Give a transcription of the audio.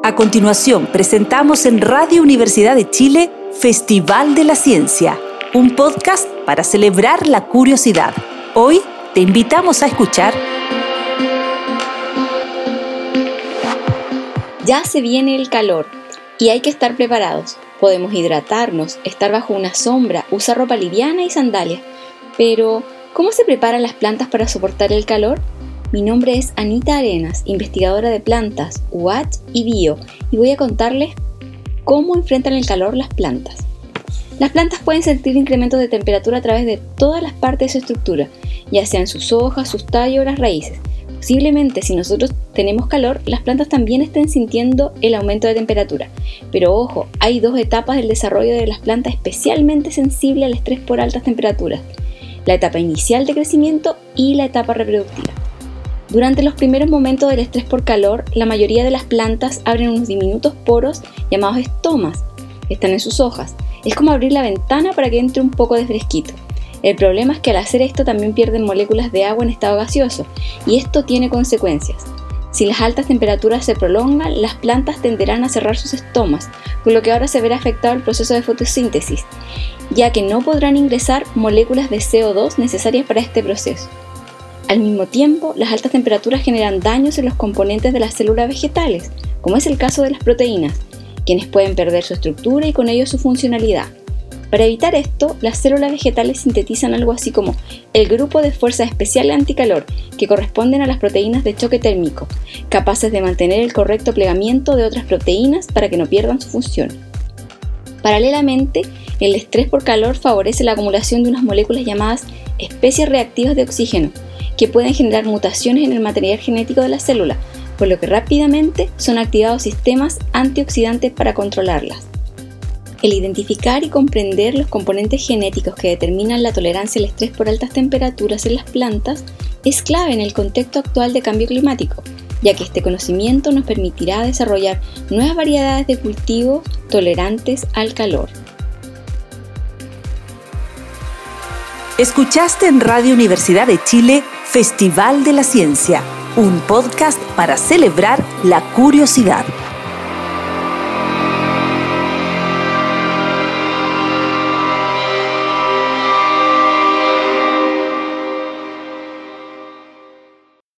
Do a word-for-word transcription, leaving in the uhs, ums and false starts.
A continuación, presentamos en Radio Universidad de Chile Festival de la Ciencia, un podcast para celebrar la curiosidad. Hoy te invitamos a escuchar. Ya se viene el calor y hay que estar preparados. Podemos hidratarnos, estar bajo una sombra, usar ropa liviana y sandalias. Pero, ¿cómo se preparan las plantas para soportar el calor? Mi nombre es Anita Arenas, investigadora de plantas, U H y Bio, y voy a contarles cómo enfrentan el calor las plantas. Las plantas pueden sentir incrementos de temperatura a través de todas las partes de su estructura, ya sean sus hojas, sus tallos o las raíces. Posiblemente, si nosotros tenemos calor, las plantas también estén sintiendo el aumento de temperatura. Pero ojo, hay dos etapas del desarrollo de las plantas especialmente sensibles al estrés por altas temperaturas: la etapa inicial de crecimiento y la etapa reproductiva. Durante los primeros momentos del estrés por calor, la mayoría de las plantas abren unos diminutos poros llamados estomas, que están en sus hojas. Es como abrir la ventana para que entre un poco de fresquito. El problema es que al hacer esto también pierden moléculas de agua en estado gaseoso, y esto tiene consecuencias. Si las altas temperaturas se prolongan, las plantas tenderán a cerrar sus estomas, con lo que ahora se verá afectado el proceso de fotosíntesis, ya que no podrán ingresar moléculas de C O dos necesarias para este proceso. Al mismo tiempo, las altas temperaturas generan daños en los componentes de las células vegetales, como es el caso de las proteínas, quienes pueden perder su estructura y con ello su funcionalidad. Para evitar esto, las células vegetales sintetizan algo así como el grupo de fuerzas especiales anticalor, que corresponden a las proteínas de choque térmico, capaces de mantener el correcto plegamiento de otras proteínas para que no pierdan su función. Paralelamente, el estrés por calor favorece la acumulación de unas moléculas llamadas especies reactivas de oxígeno, que pueden generar mutaciones en el material genético de la célula, por lo que rápidamente son activados sistemas antioxidantes para controlarlas. El identificar y comprender los componentes genéticos que determinan la tolerancia al estrés por altas temperaturas en las plantas es clave en el contexto actual de cambio climático, ya que este conocimiento nos permitirá desarrollar nuevas variedades de cultivos tolerantes al calor. Escuchaste en Radio Universidad de Chile Festival de la Ciencia, un podcast para celebrar la curiosidad.